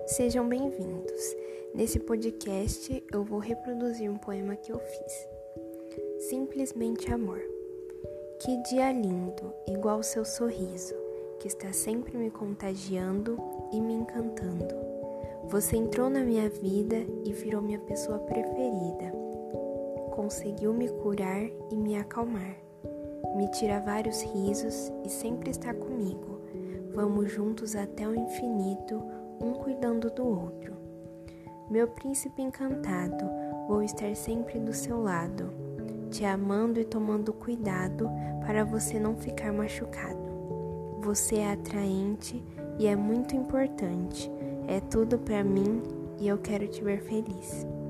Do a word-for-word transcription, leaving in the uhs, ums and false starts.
Sejam bem-vindos. Nesse podcast eu vou reproduzir um poema que eu fiz. Simplesmente amor. Que dia lindo, igual seu sorriso, que está sempre me contagiando e me encantando. Você entrou na minha vida e virou minha pessoa preferida. Conseguiu me curar e me acalmar. Me tira vários risos e sempre está comigo. Vamos juntos até o infinito, um cuidando do outro. Meu príncipe encantado, vou estar sempre do seu lado, te amando e tomando cuidado para você não ficar machucado. Você é atraente e é muito importante, é tudo para mim e eu quero te ver feliz.